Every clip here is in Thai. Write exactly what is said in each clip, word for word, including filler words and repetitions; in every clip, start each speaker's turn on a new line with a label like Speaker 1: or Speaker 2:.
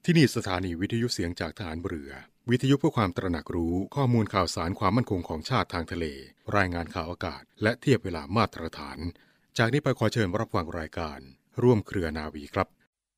Speaker 1: ที่นี่สถานีวิทยุเสียงจากทหารเรือวิทยุเพื่อความตระหนักรู้ข้อมูลข่าวสารความมั่นคงของชาติทางทะเลรายงานข่าวอากาศและเทียบเวลามาตรฐานจากนี้ไปขอเชิญรับฟังรายการร่วมเครือนาวีครับ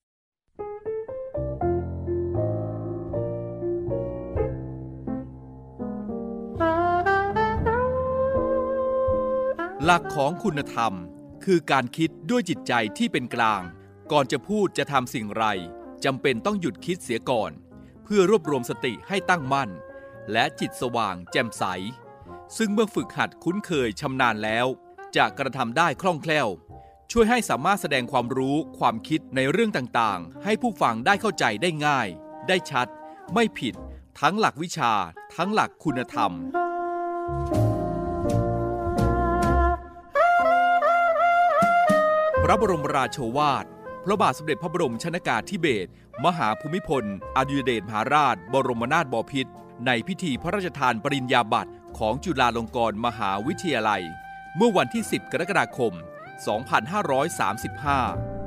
Speaker 2: หลักของคุณธรรมคือการคิดด้วยจิตใจที่เป็นกลางก่อนจะพูดจะทำสิ่งไรจำเป็นต้องหยุดคิดเสียก่อนเพื่อรวบรวมสติให้ตั้งมั่นและจิตสว่างแจ่มใสซึ่งเมื่อฝึกหัดคุ้นเคยชำนาญแล้วจะกระทำได้คล่องแคล่วช่วยให้สามารถแสดงความรู้ความคิดในเรื่องต่างๆให้ผู้ฟังได้เข้าใจได้ง่ายได้ชัดไม่ผิดทั้งหลักวิชาทั้งหลักคุณธรรมพระบรมราโชวาทพระบาทสมเด็จพระบรมชนกาธิเบศรมหาภูมิพลอดุลยเดชมหาราชบรมนาถบพิตรในพิธีพระราชทานปริญญาบัตรของจุฬาลงกรณ์มหาวิทยาลัยเมื่อวันที่สิบกรกฎาคมสองพันห้าร้อยสามสิบห้า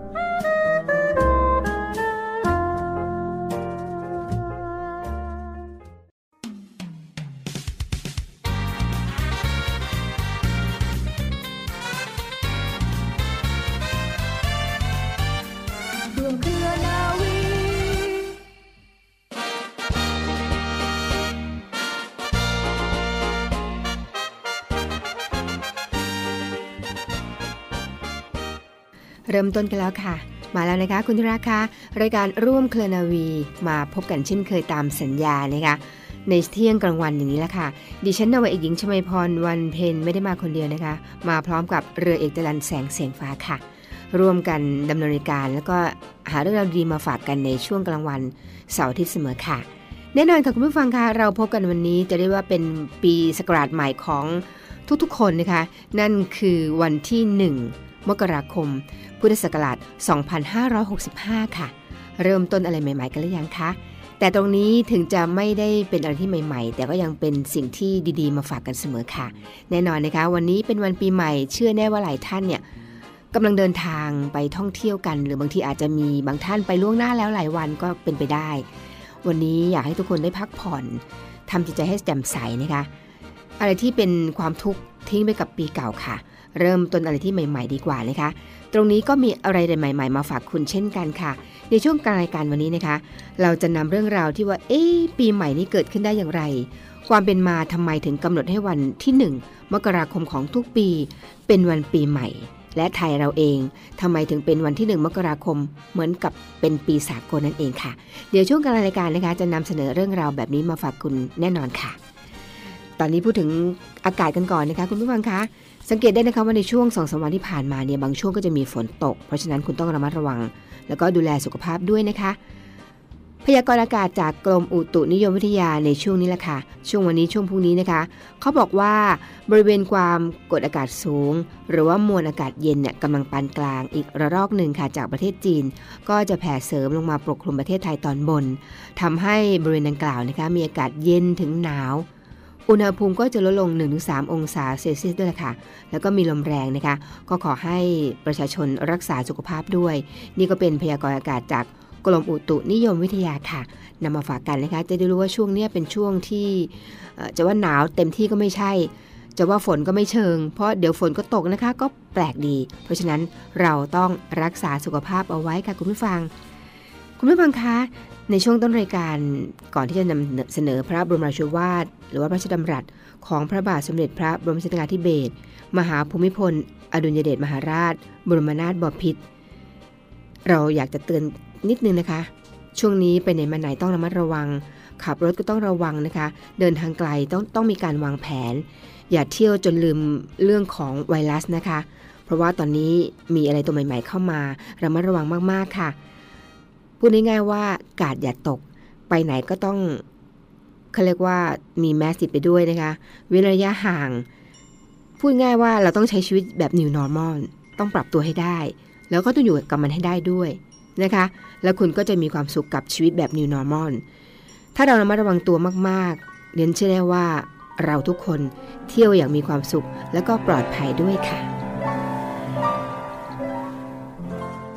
Speaker 3: เริ่มต้นกันแล้วค่ะมาแล้วนะคะคุณธุระคะรายการร่วมเครือนาวีมาพบกันเช่นเคยตามสัญญานะคะในเที่ยงกลางวันอย่างนี้แหละค่ะดิฉันนาวาเอกหญิงชมาพรวันเพ็ญไม่ได้มาคนเดียวนะคะมาพร้อมกับเรือเอกจรัญแสงเสียงฟ้าค่ะร่วมกันดำเนินรายการแล้วก็หาเรื่องราวดีมาฝากกันในช่วงกลางวันเสาร์อาทิตย์เสมอค่ะแน่นอนค่ะคุณผู้ฟังคะเราพบกันวันนี้จะเรียกว่าเป็นปีศักราชใหม่ของทุกๆคนนะคะนั่นคือวันที่หนึ่งมกราคมพุทธศักราชสองพันห้าร้อยหกสิบห้าค่ะเริ่มต้นอะไรใหม่ๆกันหรือยังคะแต่ตรงนี้ถึงจะไม่ได้เป็นอะไรที่ใหม่ๆแต่ก็ยังเป็นสิ่งที่ดีๆมาฝากกันเสมอค่ะแน่นอนนะคะวันนี้เป็นวันปีใหม่เชื่อแน่ว่าหลายท่านเนี่ยกำลังเดินทางไปท่องเที่ยวกันหรือบางทีอาจจะมีบางท่านไปล่วงหน้าแล้วหลายวันก็เป็นไปได้วันนี้อยากให้ทุกคนได้พักผ่อนทำจิตใจให้แจ่มใสนะคะอะไรที่เป็นความทุกข์ทิ้งไปกับปีเก่าค่ะเริ่มต้นอะไรที่ใหม่ๆดีกว่านะคะตรงนี้ก็มีอะไรใหม่ๆมาฝากคุณเช่นกันค่ะในช่วงกลางรายการวันนี้นะคะเราจะนำเรื่องราวที่ว่าเอ๊ะปีใหม่นี้เกิดขึ้นได้อย่างไรความเป็นมาทำไมถึงกำหนดให้วันที่หนึ่งมกราคมของทุกปีเป็นวันปีใหม่และไทยเราเองทำไมถึงเป็นวันที่หนึ่งมกราคมเหมือนกับเป็นปีสากลนั่นเองค่ะเดี๋ยวช่วงกลางรายการนะคะจะนำเสนอเรื่องราวแบบนี้มาฝากคุณแน่นอนค่ะตอนนี้พูดถึงอากาศกันก่อนนะคะคุณผู้ฟังคะสังเกตได้นะคะว่าในช่วง สองถึงสาม วันที่ผ่านมาเนี่ยบางช่วงก็จะมีฝนตกเพราะฉะนั้นคุณต้องระมัดระวังแล้วก็ดูแลสุขภาพด้วยนะคะพยากรณ์อากาศจากกรมอุตุนิยมวิทยาในช่วงนี้แหละค่ะช่วงวันนี้ช่วงพรุ่งนี้นะคะเขาบอกว่าบริเวณความกดอากาศสูงหรือว่ามวลอากาศเย็นเนี่ยกำลังปานกลางอีกระลอกหนึ่งค่ะจากประเทศจีนก็จะแผ่เสริมลงมาปกคลุมประเทศไทยตอนบนทำให้บริเวณดังกล่าวนะคะมีอากาศเย็นถึงหนาวอุณหภูมิก็จะลดลง หนึ่งถึงสาม องศาเซลเซียสด้วยล่ะค่ะแล้วก็มีลมแรงนะคะก็ขอให้ประชาชนรักษาสุขภาพด้วยนี่ก็เป็นพยากรณ์อากาศจากกรมอุตุนิยมวิทยาค่ะนำมาฝากกันนะคะจะได้รู้ว่าช่วงนี้เป็นช่วงที่จะว่าหนาวเต็มที่ก็ไม่ใช่จะว่าฝนก็ไม่เชิงเพราะเดี๋ยวฝนก็ตกนะคะก็แปลกดีเพราะฉะนั้นเราต้องรักษาสุขภาพเอาไว้ค่ะคุณผู้ฟังคุณผู้ฟังคะในช่วงต้นรายการก่อนที่จะนำเสนอพระบรมราโชวาทหรือว่าพระราชดำรัสของพระบาทสมเด็จพระบรมชนกาธิเบศรมหาภูมิพลอดุลยเดชมหาราชบรมนาถบพิตรเราอยากจะเตือนนิดนึงนะคะช่วงนี้ไปไหนมาไหนต้องระมัดระวังขับรถก็ต้องระวังนะคะเดินทางไกลต้องต้องมีการวางแผนอย่าเที่ยวจนลืมเรื่องของไวรัสนะคะเพราะว่าตอนนี้มีอะไรตัวใหม่ๆเข้ามาระมัดระวังมากๆค่ะพูดง่ายๆว่ากาดอย่าตกไปไหนก็ต้องเขาเรียกว่ามีแมสติดไปด้วยนะคะเว้นระยะห่างพูดง่ายว่าเราต้องใช้ชีวิตแบบ New Normal ต้องปรับตัวให้ได้แล้วก็ต้องอยู่กับมันให้ได้ด้วยนะคะแล้วคุณก็จะมีความสุขกับชีวิตแบบ New Normal ถ้าเราระมัดระวังตัวมากๆเรียนเชื่อได้ว่าเราทุกคนเที่ยวอย่างมีความสุขและก็ปลอดภัยด้วยค่ะ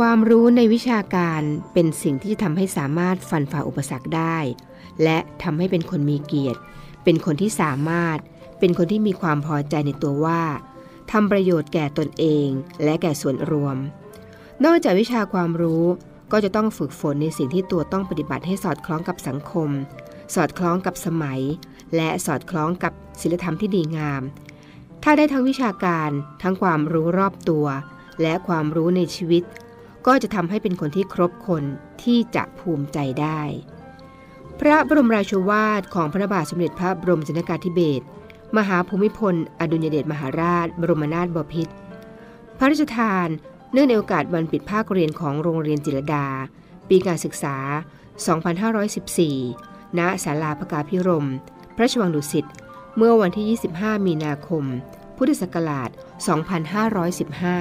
Speaker 3: ความรู้ในวิชาการเป็นสิ่งที่จะทำให้สามารถฟันฝ่าอุปสรรคได้และทำให้เป็นคนมีเกียรติเป็นคนที่สามารถเป็นคนที่มีความพอใจในตัวว่าทำประโยชน์แก่ตนเองและแก่ส่วนรวมนอกจากวิชาความรู้ก็จะต้องฝึกฝนในสิ่งที่ตัวต้องปฏิบัติให้สอดคล้องกับสังคมสอดคล้องกับสมัยและสอดคล้องกับศีลธรรมที่ดีงามถ้าได้ทั้งวิชาการทั้งความรู้รอบตัวและความรู้ในชีวิตก็จะทำให้เป็นคนที่ครบคนที่จะภูมิใจได้พระบรมราโชวาทของพระบาทสมเด็จพระบรมชนกาธิเบศรมหาภูมิพลอดุลยเดชมหาราชบรมนาถบพิตรพระราชทานเนื่องในโอกาสวันปิดภาคเรียนของโรงเรียนจิตรลดาปีการศึกษา สองพันห้าร้อยสิบสี่ ณ ศาลาภกาภิรมย์พระราชวังดุสิตเมื่อวันที่ ยี่สิบห้า มีนาคม พุทธศักราช สองพันห้าร้อยสิบห้า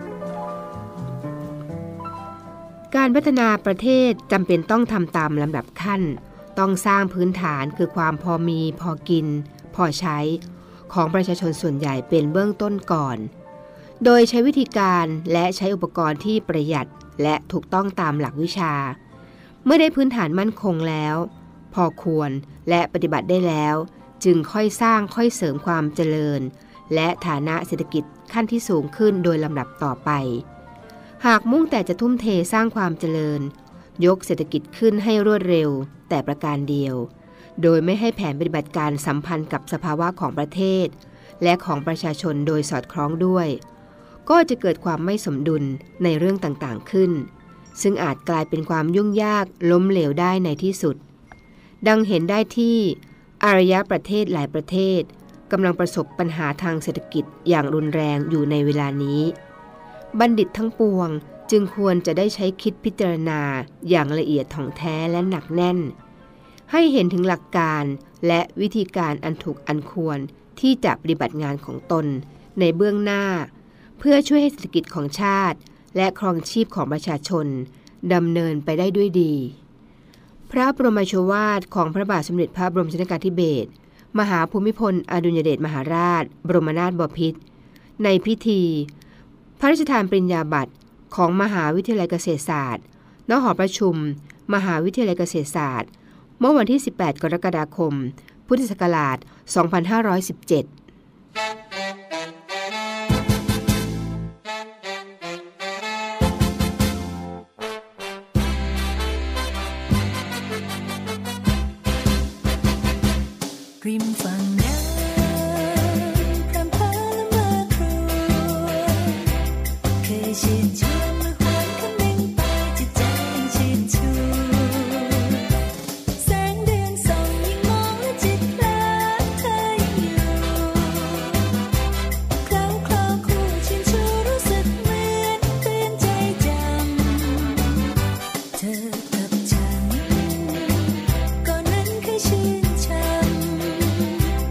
Speaker 3: การพัฒนาประเทศจำเป็นต้องทำตามลำดับขั้นต้องสร้างพื้นฐานคือความพอมีพอกินพอใช้ของประชาชนส่วนใหญ่เป็นเบื้องต้นก่อนโดยใช้วิธีการและใช้อุปกรณ์ที่ประหยัดและถูกต้องตามหลักวิชาเมื่อได้พื้นฐานมั่นคงแล้วพอควรและปฏิบัติได้แล้วจึงค่อยสร้างค่อยเสริมความเจริญและฐานะเศรษฐกิจขั้นที่สูงขึ้นโดยลำดับต่อไปหากมุ่งแต่จะทุ่มเทสร้างความเจริญยกเศรษฐกิจขึ้นให้รวดเร็วแต่ประการเดียวโดยไม่ให้แผนปฏิบัติการสัมพันธ์กับสภาวะของประเทศและของประชาชนโดยสอดคล้องด้วยก็จะเกิดความไม่สมดุลในเรื่องต่างๆขึ้นซึ่งอาจกลายเป็นความยุ่งยากล้มเหลวได้ในที่สุดดังเห็นได้ที่อารยประเทศหลายประเทศกำลังประสบปัญหาทางเศรษฐกิจอย่างรุนแรงอยู่ในเวลานี้บัณฑิตทั้งปวงจึงควรจะได้ใช้คิดพิจารณาอย่างละเอียดถ่องแท้และหนักแน่นให้เห็นถึงหลักการและวิธีการอันถูกอันควรที่จะปฏิบัติงานของตนในเบื้องหน้าเพื่อช่วยให้เศรษฐกิจของชาติและครองชีพของประชาชนดำเนินไปได้ด้วยดีพระบรมโชวาทของพระบาทสมเด็จพระบรมชนกาธิเบศรมหาภูมิพลอดุลยเดชมหาราชบรมนาถบพิตรในพิธีพระราชทานปริญญาบัตรของมหาวิทยาลัยเกษตรศาสตร์ณ หอประชุมมหาวิทยาลัยเกษตรศาสตร์เมื่อวันที่ สิบแปด กรกฎาคม พุทธศักราช สองพันห้าร้อยสิบเจ็ด
Speaker 4: ริมฝั่งน้ำพรำพาละเมอครวญเคยชื่นชมเมื่อหวนคำนึงไปจิตใจชื่นชูแสงเดือนส่องยิ่งมองและจิตเพลิดเธอยังอยู่เคล้าคลอคู่ชื่นชูรู้สึกเหมือนเตือนใจจำเธอกับฉันก่อนนั้นเคยชื่นชม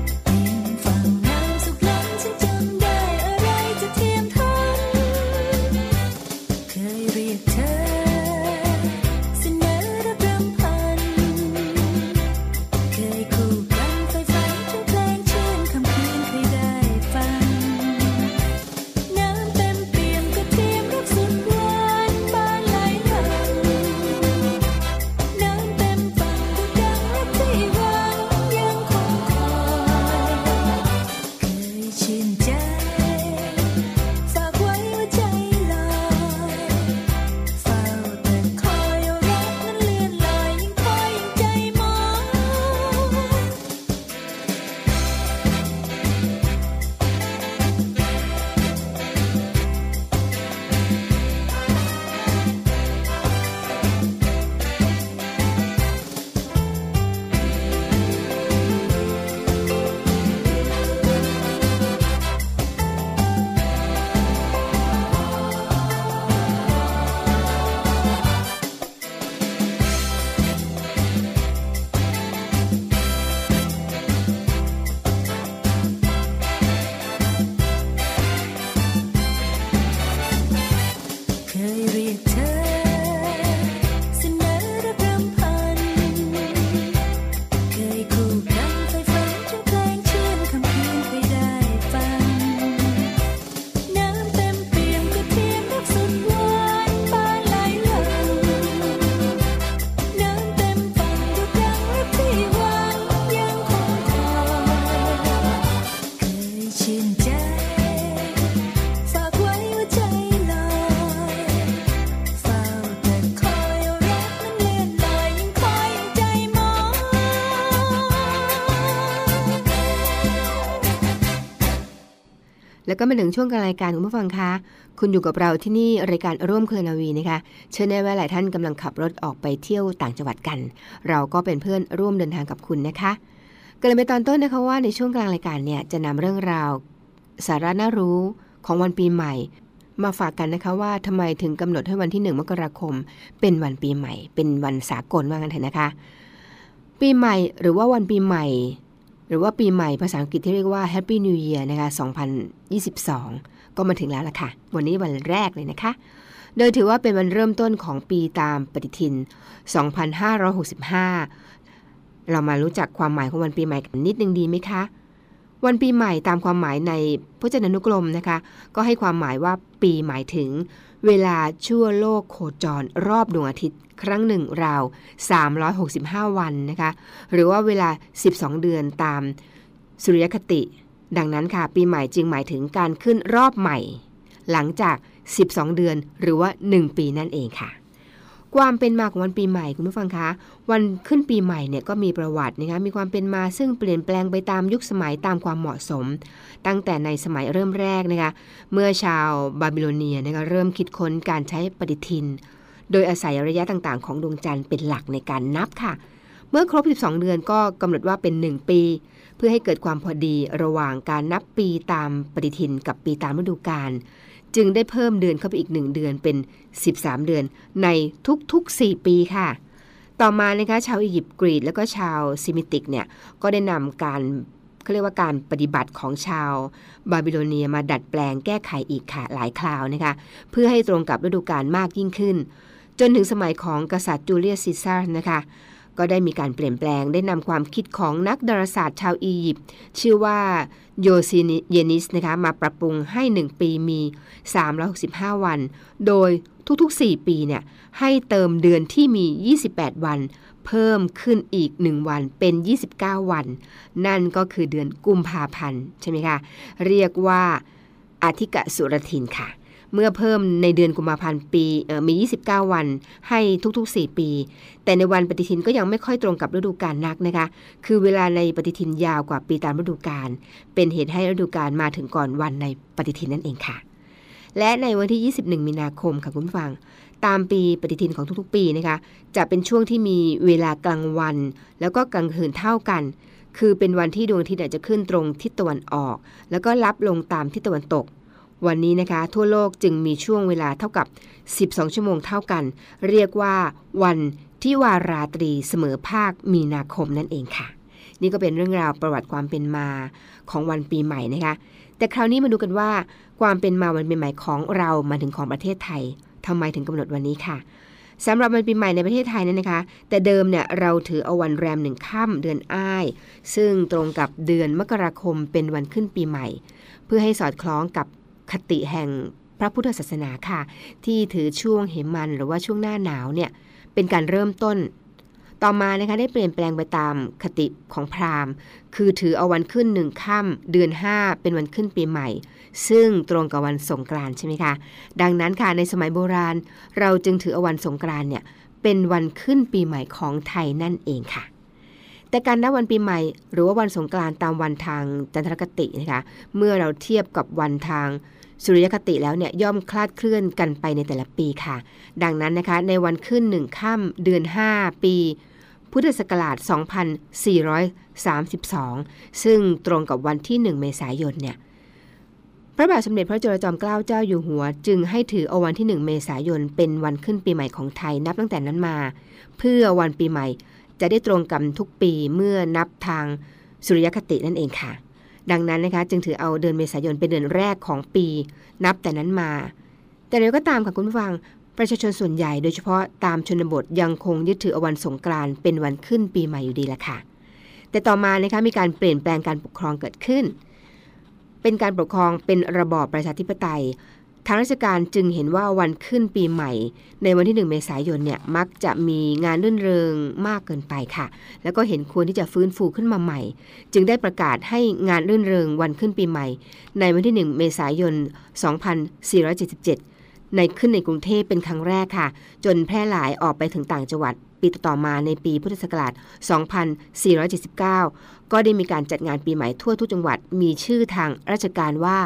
Speaker 3: แล้วก็มาถึงช่วงกลางรายการคุณผู้ฟังคะคุณอยู่กับเราที่นี่รายการร่วมเครือนาวีนะคะเชื่อแน่ว่าหลายท่านกำลังขับรถออกไปเที่ยวต่างจังหวัดกันเราก็เป็นเพื่อนร่วมเดินทางกับคุณนะคะเกริ่นไปตอนต้นนะคะว่าในช่วงกลางรายการเนี่ยจะนำเรื่องราวสาระน่ารู้ของวันปีใหม่มาฝากกันนะคะว่าทำไมถึงกำหนดให้วันที่หนึ่งมกราคมเป็นวันปีใหม่เป็นวันสากลว่างั้นเถอะนะคะปีใหม่หรือว่าวันปีใหม่หรือว่าปีใหม่ภาษาอังกฤษที่เรียกว่า Happy New Year นะคะสองพันยี่สิบสองก็มาถึงแล้วล่ะค่ะวันนี้วันแรกเลยนะคะโดยถือว่าเป็นวันเริ่มต้นของปีตามปฏิทินสองพันห้าร้อยหกสิบห้าเรามารู้จักความหมายของวันปีใหม่กันนิดนึงดีไหมคะวันปีใหม่ตามความหมายในพจนานุกรมนะคะก็ให้ความหมายว่าปีหมายถึงเวลาชั่วโลกโคจรรอบดวงอาทิตย์ครั้งหนึ่งราวสามร้อยหกสิบห้าวันนะคะหรือว่าเวลาสิบสองเดือนตามสุริยคติดังนั้นค่ะปีใหม่จึงหมายถึงการขึ้นรอบใหม่หลังจากสิบสองเดือนหรือว่าหนึ่งปีนั่นเองค่ะความเป็นมาของวันปีใหม่คุณผู้ฟังคะวันขึ้นปีใหม่เนี่ยก็มีประวัตินะคะมีความเป็นมาซึ่งเปลี่ยนแปลงไปตามยุคสมัยตามความเหมาะสมตั้งแต่ในสมัยเริ่มแรกนะคะเมื่อชาวบาบิโลเนียนะคะเริ่มคิดค้นการใช้ปฏิทินโดยอาศัยระยะต่างๆของดวงจันทร์เป็นหลักในการนับค่ะเมื่อครบสิบสองเดือนก็กำหนดว่าเป็นหนึ่งปีเพื่อให้เกิดความพอดีระหว่างการนับปีตามปฏิทินกับปีตามฤดูกาลจึงได้เพิ่มเดือนเข้าไปอีกหนึ่งเดือนเป็นสิบสามเดือนในทุกๆสี่ปีค่ะต่อมานะคะชาวอียิปต์กรีกแล้วก็ชาวเซมิติกเนี่ยก็ได้นำการเขาเรียกว่าการปฏิบัติของชาวบาบิโลเนียมาดัดแปลงแก้ไขอีกค่ะหลายคราวนะคะเพื่อให้ตรงกับฤดูกาลมากยิ่งขึ้นจนถึงสมัยของกษัตริย์จูเลียสซีซ่าร์นะคะก็ได้มีการเปลี่ยนแปลงได้นำความคิดของนักดาราศาสตร์ชาวอียิปต์ชื่อว่าโยซิเยนิสนะคะมาปรับปรุงให้หนึ่งปีมีสามร้อยหกสิบห้าวันโดยทุกๆสี่ปีเนี่ยให้เติมเดือนที่มียี่สิบแปดวันเพิ่มขึ้นอีกหนึ่งวันเป็นยี่สิบเก้าวันนั่นก็คือเดือนกุมภาพันธ์ใช่ไหมคะเรียกว่าอาทิกะสุรทินค่ะเมื่อเพิ่มในเดือนกุมภาพันธ์ปีมียี่สิบเก้าวันให้ทุกๆสี่ปีแต่ในวันปฏิทินก็ยังไม่ค่อยตรงกับฤดูกาลนักนะคะคือเวลาในปฏิทินยาวกว่าปีตามฤดูกาลเป็นเหตุให้ฤดูกาลมาถึงก่อนวันในปฏิทินนั่นเองค่ะและในวันที่ยี่สิบเอ็ดมีนาคมค่ะคุณผู้ฟังตามปีปฏิทินของทุกๆปีนะคะจะเป็นช่วงที่มีเวลากลางวันแล้วก็กลางคืนเท่ากันคือเป็นวันที่ดวงอาทิตย์จะขึ้นตรงทิศตะวันออกแล้วก็ลับลงตามทิศตะวันตกวันนี้นะคะทั่วโลกจึงมีช่วงเวลาเท่ากับสิบสองชั่วโมงเท่ากันเรียกว่าวันทิวาราตรีเสมอภาคมีนาคมนั่นเองค่ะนี่ก็เป็นเรื่องราวประวัติความเป็นมาของวันปีใหม่นะคะแต่คราวนี้มาดูกันว่าความเป็นมาวันปีใหม่ของเรามาถึงของประเทศไทยทำไมถึงกำหนดวันนี้ค่ะสำหรับวันปีใหม่ในประเทศไทยนั้นนะคะแต่เดิมเนี่ยเราถือเอาวันแรมหนึ่งค่ำเดือนอ้ายซึ่งตรงกับเดือนมกราคมเป็นวันขึ้นปีใหม่เพื่อให้สอดคล้องกับคติแห่งพระพุทธศาสนาค่ะที่ถือช่วงเหมันหรือว่าช่วงหน้าหนาวเนี่ยเป็นการเริ่มต้นต่อมานะคะได้เปลี่ยนแปลงไปตามคติของพราหมณ์คือถือเอาวันขึ้นหนึ่งค่ำเดือนห้าเป็นวันขึ้นปีใหม่ซึ่งตรงกับวันสงกรานต์ใช่ไหมคะดังนั้นค่ะในสมัยโบราณเราจึงถือเอาวันสงกรานต์เนี่ยเป็นวันขึ้นปีใหม่ของไทยนั่นเองค่ะแต่การนับวันปีใหม่หรือว่าวันสงกรานต์ตามวันทางจันทรคตินะคะเมื่อเราเทียบกับวันทางสุริยคติแล้วเนี่ยย่อมคลาดเคลื่อนกันไปในแต่ละปีค่ะดังนั้นนะคะในวันขึ้นหนึ่งค่ำเดือนห้าปีพุทธศักราชสองพันสี่ร้อยสามสิบสองซึ่งตรงกับวันที่หนึ่งเมษายนเนี่ยพระบาทสมเด็จพระจุลจอมเกล้าเจ้าอยู่หัวจึงให้ถือเอาวันที่หนึ่งเมษายนเป็นวันขึ้นปีใหม่ของไทยนับตั้งแต่นั้นมาเพื่อวันปีใหม่จะได้ตรงกันทุกปีเมื่อนับทางสุริยคตินั่นเองค่ะดังนั้นนะคะจึงถือเอาเดือนเมษายนเป็นเดือนแรกของปีนับแต่นั้นมาแต่แล้วก็ตามค่ะคุณผู้ฟังประชาชนส่วนใหญ่โดยเฉพาะตามชนบทยังคงยึดถือเอาวันสงกรานต์เป็นวันขึ้นปีใหม่อยู่ดีละค่ะแต่ต่อมานะคะมีการเปลี่ยนแปลงการปกครองเกิดขึ้นเป็นการปกครองเป็นระบอบประชาธิปไตยทางราชการจึงเห็นว่าวันขึ้นปีใหม่ในวันที่หนึ่งเมษายนเนี่ยมักจะมีงานรื่นเริงมากเกินไปค่ะแล้วก็เห็นควรที่จะฟื้นฟูขึ้นมาใหม่จึงได้ประกาศให้งานรื่นเริงวันขึ้นปีใหม่ในวันที่หนึ่งเมษายนสองพันสี่ร้อยเจ็ดสิบเจ็ดในขึ้นในกรุงเทพเป็นครั้งแรกค่ะจนแพร่หลายออกไปถึงต่างจังหวัดปีต่อมาในปีพุทธศักราชสองพันสี่ร้อยเจ็ดสิบเก้าก็ได้มีการจัดงานปีใหม่ทั่วทุกจังหวัดมีชื่อทางราชการว่า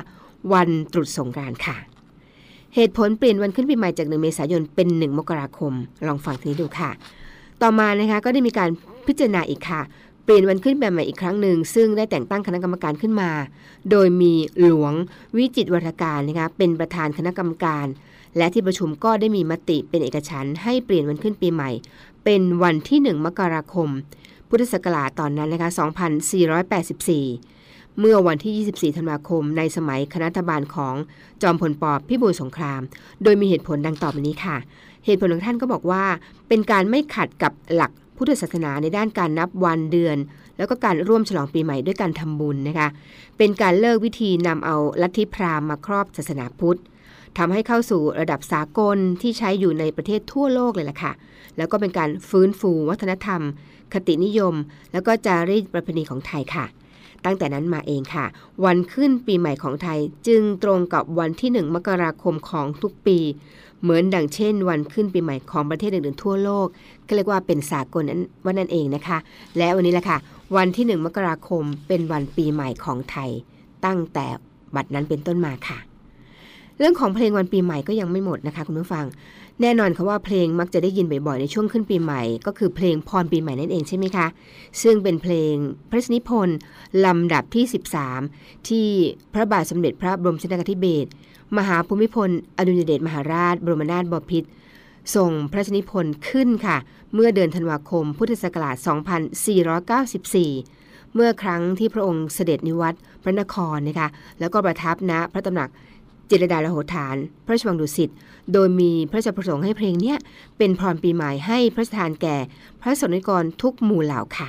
Speaker 3: วันตรุษสงกรานต์ค่ะเหตุผลเปลี่ยนวันขึ้นปีใหม่จากหนึ่งเมษายนเป็นหนึ่งมกราคมลองฟังทีนี้ดูค่ะต่อมานะคะก็ได้มีการพิจารณาอีกค่ะเปลี่ยนวันขึ้นปีใหม่อีกครั้งหนึ่งซึ่งได้แต่งตั้งคณะกรรมการขึ้นมาโดยมีหลวงวิจิตรวรการนะคะเป็นประธานคณะกรรมการและที่ประชุมก็ได้มีมติเป็นเอกฉันท์ให้เปลี่ยนวันขึ้นปีใหม่เป็นวันที่หนึ่งมกราคมพุทธศักราชตอนนั้นนะคะสองพันสี่ร้อยแปดสิบสี่เมื่อวันที่ยี่สิบสี่ธันวาคมในสมัยคณะรัฐบาลของจอมพลป.พิบูลสงครามโดยมีเหตุผลดังต่อไปนี้ค่ะเหตุผลของท่านก็บอกว่าเป็นการไม่ขัดกับหลักพุทธศาสนาในด้านการนับวันเดือนแล้วก็การร่วมฉลองปีใหม่ด้วยการทำบุญนะคะเป็นการเลิกวิธีนำเอาลัทธิพราหมณ์มาครอบศาสนาพุทธทำให้เข้าสู่ระดับสากลที่ใช้อยู่ในประเทศทั่วโลกเลยล่ะค่ะแล้วก็เป็นการฟื้นฟูวัฒนธรรมคตินิยมแล้วก็จารีตประเพณีของไทยค่ะตั้งแต่นั้นมาเองค่ะวันขึ้นปีใหม่ของไทยจึงตรงกับวันที่หนึ่งมกราคมของทุกปีเหมือนดังเช่นวันขึ้นปีใหม่ของประเทศอื่นๆทั่วโลกก็เรียกว่าเป็นสากลนั้นวันนั้นเองนะคะและวันนี้แหละค่ะวันที่หนึ่งมกราคมเป็นวันปีใหม่ของไทยตั้งแต่บัดนั้นเป็นต้นมาค่ะเรื่องของเพลงวันปีใหม่ก็ยังไม่หมดนะคะคุณผู้ฟังแน่นอนค่ะว่าเพลงมักจะได้ยินบ่อยๆในช่วงขึ้นปีใหม่ก็คือเพลงพรปีใหม่นั่นเองใช่ไหมคะซึ่งเป็นเพลงพระราชนิพนธ์ลำดับที่สิบสามที่พระบาทสมเด็จพระบรมชนกาธิเบศรมหาภูมิพลอดุลยเดชมหาราชบรมนาถบพิตรส่งพระราชนิพนธ์ขึ้นค่ะเมื่อเดือนธันวาคมพุทธศักราชสองพันสี่ร้อยเก้าสิบสี่เมื่อครั้งที่พระองค์เสด็จนิวัตรพระนครนะคะแล้วก็ประทับณพระตำหนักจิตรลดาลโหฐานพระราชวังดุสิตโดยมีพระราชประสงค์ให้เพลงนี้เป็นพรปีใหม่ให้พระราชทานแก่พระสงฆ์นิกรทุกหมู่เหล่าค่ะ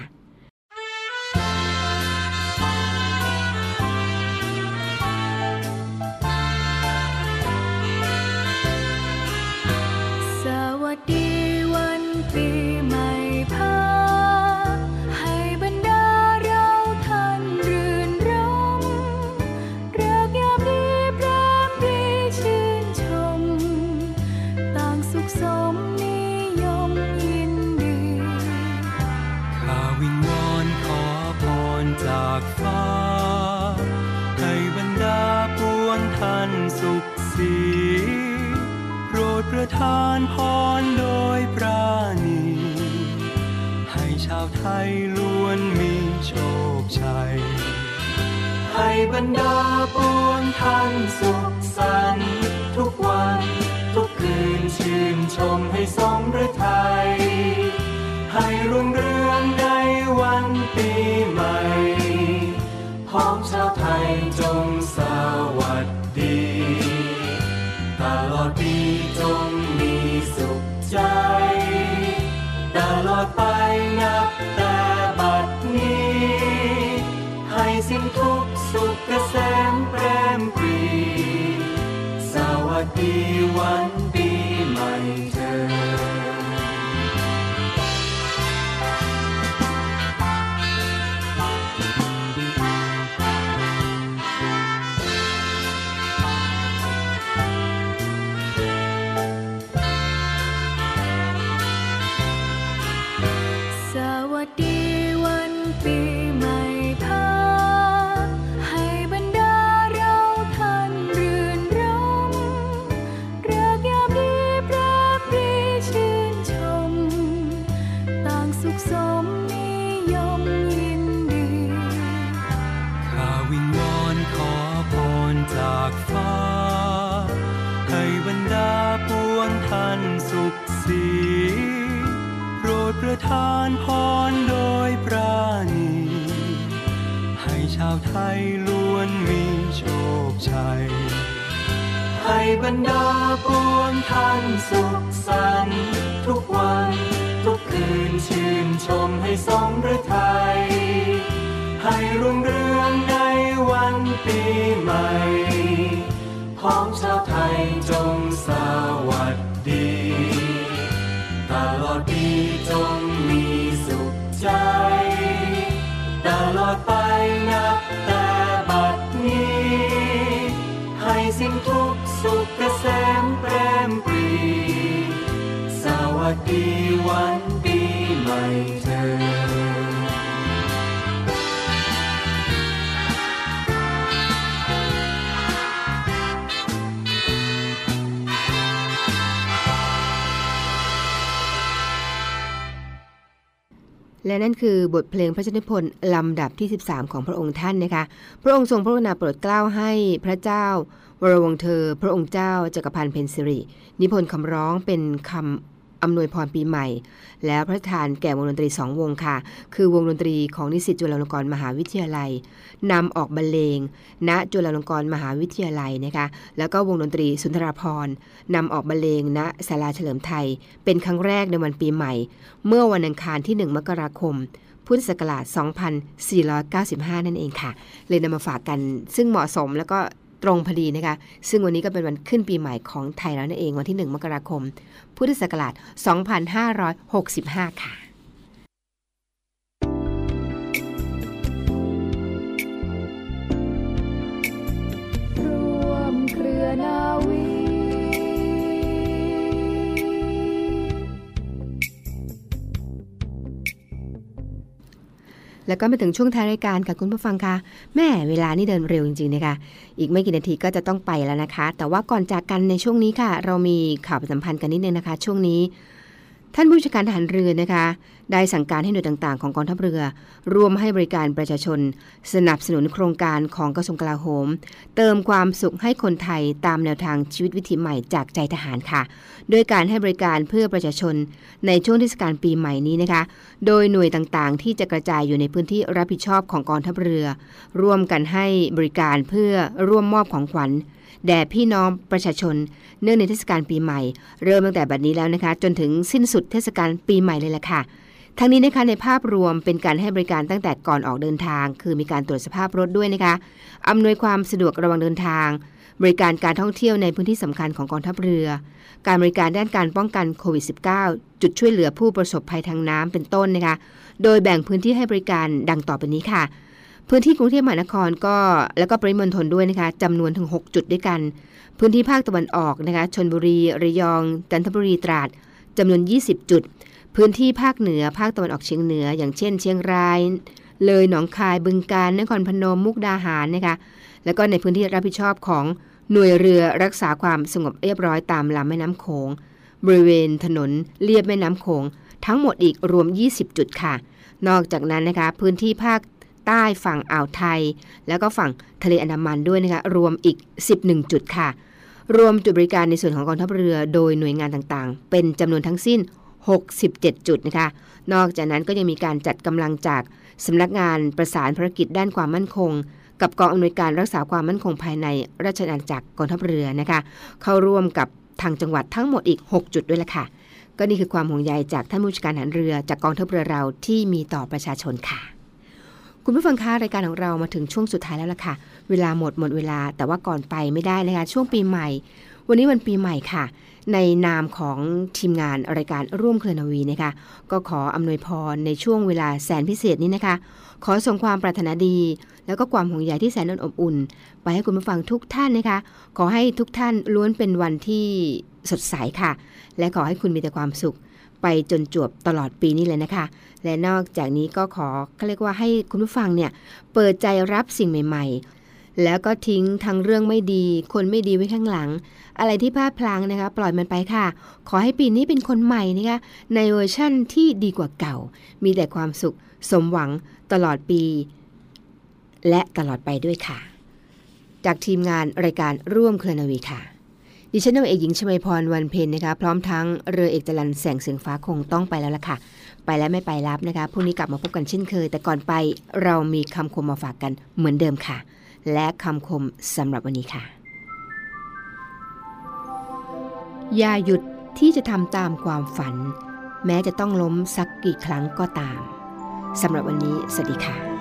Speaker 4: สวัสดีวันปีใหม่พาให้บรรดาเราท่านรื่นรมเริกยามดีพรามปรีชื่นชมต่างสุขสมนิยมยินดีข้าวิงวอนขอพรจากฟ้าให้บรรดาปวงท่านสุขสีโปรดประทานพรโดยปราณีให้ชาวไทยล้วนมีโชคชัยให้บรรดาปวงท่านสุขสันต์ทุกวันทุกคืนชื่นชมให้สมฤทัยให้รุ่งเรืองในวันปีใหม่พ้องชาวไทยจงสวัสดีตลอดปีจงมีสุขใจตลอดไปนับแต่บัดนี้ให้สิ้นทุกสุขเกษมแปรมปรีสวัสดีวันปีใหม่เถิดสวัสดีวันปีใหม่พาให้บรรดาเราท่านรื่นรมเริกยามดีพระปรีชื่นชมต่างสุขสมนิยมยินดีข้าวิงวอนขอพรจากฟ้าให้บรรดาปวงท่านสุขสีโปรดประทานพรโดยปราณีให้ชาวไทยล้วนมีโชคชัยให้บรรดาปวงท่านสุขสันต์ทุกวันทุกคืนชื่นชมให้สมฤทัยให้รุ่งเรืองในวันปีใหม่พ้องชาวไทยจงสวัสดีตลอดปีจงมีสุขใจตลอดไปนับแต่บัดนี้ให้สิ้นทุกสุขเกษมแปรมปรีสวัสดีวันปีใหม่เถิด
Speaker 3: และนั่นคือบทเพลงพระราชนิพนธ์ลำดับที่สิบสามของพระองค์ท่านนะคะพระองค์ทรงพระกรุณาโปรดเกล้าให้พระเจ้าวรวงศ์เธอพระองค์เจ้าจักรพันธ์เพ็ญสิรินิพนธ์คำร้องเป็นคำอำนวยพรปีใหม่แล้วพระราชทานแก่วงดนตรีสองวงค่ะคือวงดนตรีของนิสิตจุฬาลงกรณ์มหาวิทยาลัยนำออกบรรเลงณจุฬาลงกรณ์มหาวิทยาลัยนะคะแล้วก็วงดนตรีสุนทราภรณ์นำออกบรรเลงณศาลาเฉลิมไทยเป็นครั้งแรกในวันปีใหม่เมื่อวันอังคารที่หนึ่งมกราคมพุทธศักราชสองพันสี่ร้อยเก้าสิบห้านั่นเองค่ะเลยนำมาฝากกันซึ่งเหมาะสมแล้วก็ตรงพอดีนะคะซึ่งวันนี้ก็เป็นวันขึ้นปีใหม่ของไทยแล้วนั่นเองวันที่หนึ่งมกราคมพุทธศักราชสองพันห้าร้อยหกสิบห้าค่ะ
Speaker 4: ร่วมเครือนาวี
Speaker 3: แล้วก็มาถึงช่วงท้ายรายการกับคุณผู้ฟังค่ะแม่เวลานี่เดินเร็วจริงๆนะคะอีกไม่กี่นาทีก็จะต้องไปแล้วนะคะแต่ว่าก่อนจากกันในช่วงนี้ค่ะเรามีข่าวประชาสัมพันธ์กันนิดนึงนะคะช่วงนี้ท่านผู้บัญชาการทหารเรือนะคะได้สั่งการให้หน่วยต่างๆของกองทัพเรือร่วมให้บริการประชาชนสนับสนุนโครงการของกระทรวงกลาโหมเติมความสุขให้คนไทยตามแนวทางชีวิตวิถีใหม่จากใจทหารค่ะโดยการให้บริการเพื่อประชาชนในช่วงเทศกาลปีใหม่นี้นะคะโดยหน่วยต่างๆที่จะกระจายอยู่ในพื้นที่รับผิดชอบของกองทัพเรือร่วมกันให้บริการเพื่อร่วมมอบของขวัญแด่พี่น้องประชาชนเนื่องในเทศกาลปีใหม่เริ่มตั้งแต่บัดนี้แล้วนะคะจนถึงสิ้นสุดเทศกาลปีใหม่เลยล่ะค่ะทั้งนี้นะคะในภาพรวมเป็นการให้บริการตั้งแต่ก่อนออกเดินทางคือมีการตรวจสภาพรถด้วยนะคะอำนวยความสะดวกระหว่างเดินทางบริการการท่องเที่ยวในพื้นที่สำคัญของกองทัพเรือการบริการด้านการป้องกันโควิด สิบเก้า จุดช่วยเหลือผู้ประสบภัยทางน้ำเป็นต้นนะคะโดยแบ่งพื้นที่ให้บริการดังต่อไปนี้ค่ะพื้นที่กรุงเทพมหานครก็แล้วก็ปริมณฑลด้วยนะคะจำนวนถึงหกจุดด้วยกันพื้นที่ภาคตะวันออกนะคะชลบุรีระยองจันทบุรีตราดจำนวนยี่สิบจุดพื้นที่ภาคเหนือภาคตะวันออกเฉียงเหนืออย่างเช่นเชียงรายเลยหนองคายบึงกาฬนครพนมมุกดาหารนะคะแล้วก็ในพื้นที่รับผิดชอบของหน่วยเรือรักษาความสงบเรียบร้อยตามลำแม่น้ำโขงบริเวณถนนเลียบแม่น้ำโขงทั้งหมดอีกรวมยี่สิบจุดค่ะนอกจากนั้นนะคะพื้นที่ภาคใต้ฝั่งอ่าวไทยแล้วก็ฝั่งทะเลอันดามันด้วยนะคะรวมอีกสิบเอ็ดจุดค่ะรวมจุดบริการในส่วนของกองทัพเรือโดยหน่วยงานต่างๆเป็นจำนวนทั้งสิ้นหกสิบเจ็ดจุดนะคะนอกจากนั้นก็ยังมีการจัดกำลังจากสำนักงานประสานภารกิจด้านความมั่นคงกับกองอำนวยการรักษาความมั่นคงภายในราชอาณาจักรกองทัพเรือนะคะเข้าร่วมกับทางจังหวัดทั้งหมดอีกหกจุดด้วยละค่ะก็นี่คือความห่วงใยจากท่านผู้บัญชาการทหารเรือจากกองทัพเรือเราที่มีต่อประชาชนค่ะคุณผู้ฟังคะรายการของเรามาถึงช่วงสุดท้ายแล้วล่ะค่ะเวลาหมดหมดเวลาแต่ว่าก่อนไปไม่ได้นะคะช่วงปีใหม่วันนี้วันปีใหม่ค่ะในนามของทีมงานรายการร่วมเครือนาวีนะคะก็ขออำนวยพรในช่วงเวลาแสนพิเศษนี้นะคะขอส่งความปรารถนาดีแล้วก็ความห่วงใยที่แสนอบอุ่นไปให้คุณผู้ฟังทุกท่านนะคะขอให้ทุกท่านล้วนเป็นวันที่สดใสค่ะและขอให้คุณมีแต่ความสุขไปจนจวบตลอดปีนี้เลยนะคะและนอกจากนี้ก็ขอเขาเรียกว่าให้คุณผู้ฟังเนี่ยเปิดใจรับสิ่งใหม่ๆแล้วก็ทิ้งทั้งเรื่องไม่ดีคนไม่ดีไว้ข้างหลังอะไรที่พลาดพลั้งนะคะปล่อยมันไปค่ะขอให้ปีนี้เป็นคนใหม่นะคะในเวอร์ชั่นที่ดีกว่าเก่ามีแต่ความสุขสมหวังตลอดปีและตลอดไปด้วยค่ะจากทีมงานรายการร่วมเครือนาวีค่ะดิฉันนางเอกหญิงชมาพรวันเพ็ญนะคะพร้อมทั้งเรือเอกจรัญแสงเสียงฟ้าคงต้องไปแล้วล่ะค่ะไปแล้วไม่ไปรับนะคะพรุ่งนี้กลับมาพบกันเช่นเคยแต่ก่อนไปเรามีคำคมมาฝากกันเหมือนเดิมค่ะและคำคมสำหรับวันนี้ค่ะอย่าหยุดที่จะทำตามความฝันแม้จะต้องล้มสักกี่ครั้งก็ตามสำหรับวันนี้สวัสดีค่ะ